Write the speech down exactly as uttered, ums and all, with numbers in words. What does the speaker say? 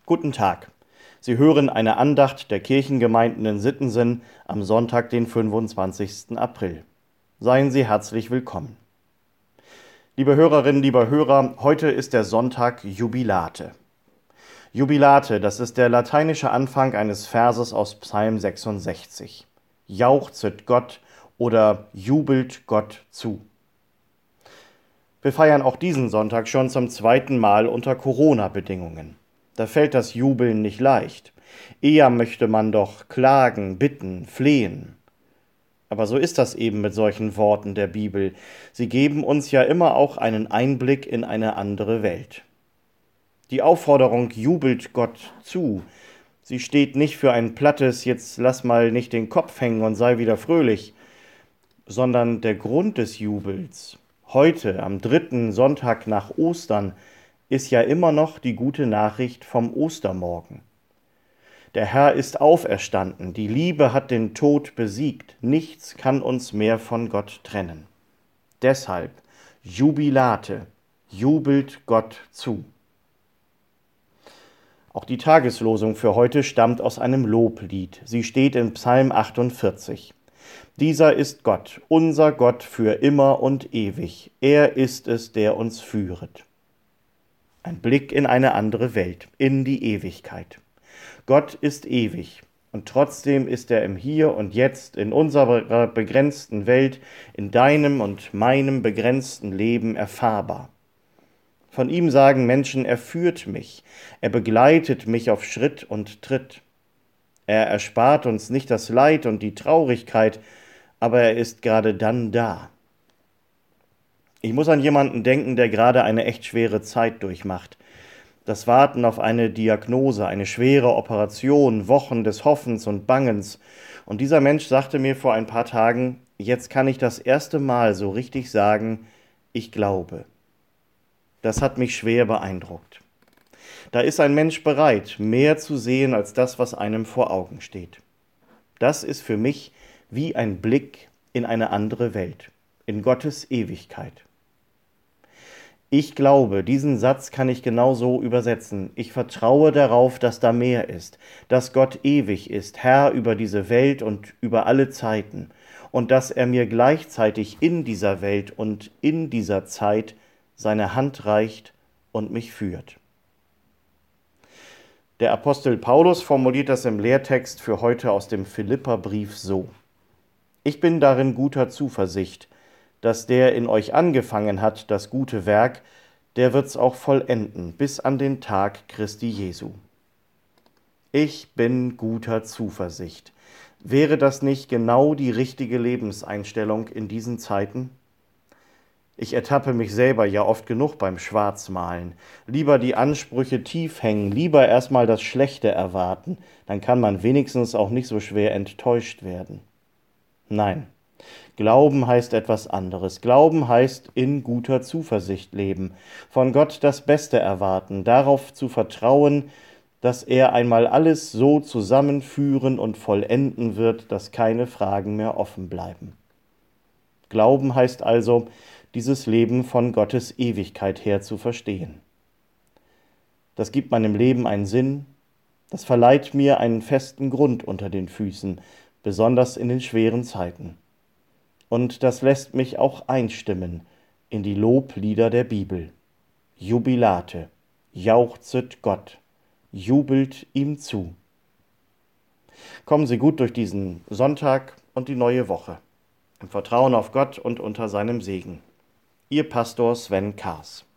Guten Tag. Sie hören eine Andacht der Kirchengemeinden in Sittensen am Sonntag, den fünfundzwanzigsten April. Seien Sie herzlich willkommen. Liebe Hörerinnen, lieber Hörer, heute ist der Sonntag Jubilate. Jubilate, das ist der lateinische Anfang eines Verses aus Psalm sechsundsechzig. Jauchzet Gott oder jubelt Gott zu. Wir feiern auch diesen Sonntag schon zum zweiten Mal unter Corona-Bedingungen. Da fällt das Jubeln nicht leicht. Eher möchte man doch klagen, bitten, flehen. Aber so ist das eben mit solchen Worten der Bibel. Sie geben uns ja immer auch einen Einblick in eine andere Welt. Die Aufforderung jubelt Gott zu. Sie steht nicht für ein plattes, jetzt lass mal nicht den Kopf hängen und sei wieder fröhlich, sondern der Grund des Jubels, heute am dritten Sonntag nach Ostern, ist ja immer noch die gute Nachricht vom Ostermorgen. Der Herr ist auferstanden, die Liebe hat den Tod besiegt, nichts kann uns mehr von Gott trennen. Deshalb Jubilate, jubelt Gott zu. Auch die Tageslosung für heute stammt aus einem Loblied. Sie steht in Psalm achtundvierzig. Dieser ist Gott, unser Gott für immer und ewig. Er ist es, der uns führet. Ein Blick in eine andere Welt, in die Ewigkeit. Gott ist ewig und trotzdem ist er im Hier und Jetzt, in unserer begrenzten Welt, in deinem und meinem begrenzten Leben erfahrbar. Von ihm sagen Menschen, er führt mich, er begleitet mich auf Schritt und Tritt. Er erspart uns nicht das Leid und die Traurigkeit, aber er ist gerade dann da. Ich muss an jemanden denken, der gerade eine echt schwere Zeit durchmacht. Das Warten auf eine Diagnose, eine schwere Operation, Wochen des Hoffens und Bangens. Und dieser Mensch sagte mir vor ein paar Tagen, jetzt kann ich das erste Mal so richtig sagen, ich glaube. Das hat mich schwer beeindruckt. Da ist ein Mensch bereit, mehr zu sehen als das, was einem vor Augen steht. Das ist für mich wie ein Blick in eine andere Welt, in Gottes Ewigkeit. Ich glaube, diesen Satz kann ich genau so übersetzen. Ich vertraue darauf, dass da mehr ist, dass Gott ewig ist, Herr über diese Welt und über alle Zeiten und dass er mir gleichzeitig in dieser Welt und in dieser Zeit seine Hand reicht und mich führt. Der Apostel Paulus formuliert das im Lehrtext für heute aus dem Philipperbrief so: Ich bin darin guter Zuversicht, dass der in euch angefangen hat, das gute Werk, der wird's auch vollenden, bis an den Tag Christi Jesu. Ich bin guter Zuversicht. Wäre das nicht genau die richtige Lebenseinstellung in diesen Zeiten? Ich ertappe mich selber ja oft genug beim Schwarzmalen. Lieber die Ansprüche tief hängen, lieber erstmal das Schlechte erwarten, dann kann man wenigstens auch nicht so schwer enttäuscht werden. Nein. Glauben heißt etwas anderes. Glauben heißt in guter Zuversicht leben, von Gott das Beste erwarten, darauf zu vertrauen, dass er einmal alles so zusammenführen und vollenden wird, dass keine Fragen mehr offen bleiben. Glauben heißt also, dieses Leben von Gottes Ewigkeit her zu verstehen. Das gibt meinem Leben einen Sinn, das verleiht mir einen festen Grund unter den Füßen, besonders in den schweren Zeiten. Und das lässt mich auch einstimmen in die Loblieder der Bibel. Jubilate, jauchzet Gott, jubelt ihm zu. Kommen Sie gut durch diesen Sonntag und die neue Woche, im Vertrauen auf Gott und unter seinem Segen. Ihr Pastor Sven Kaas.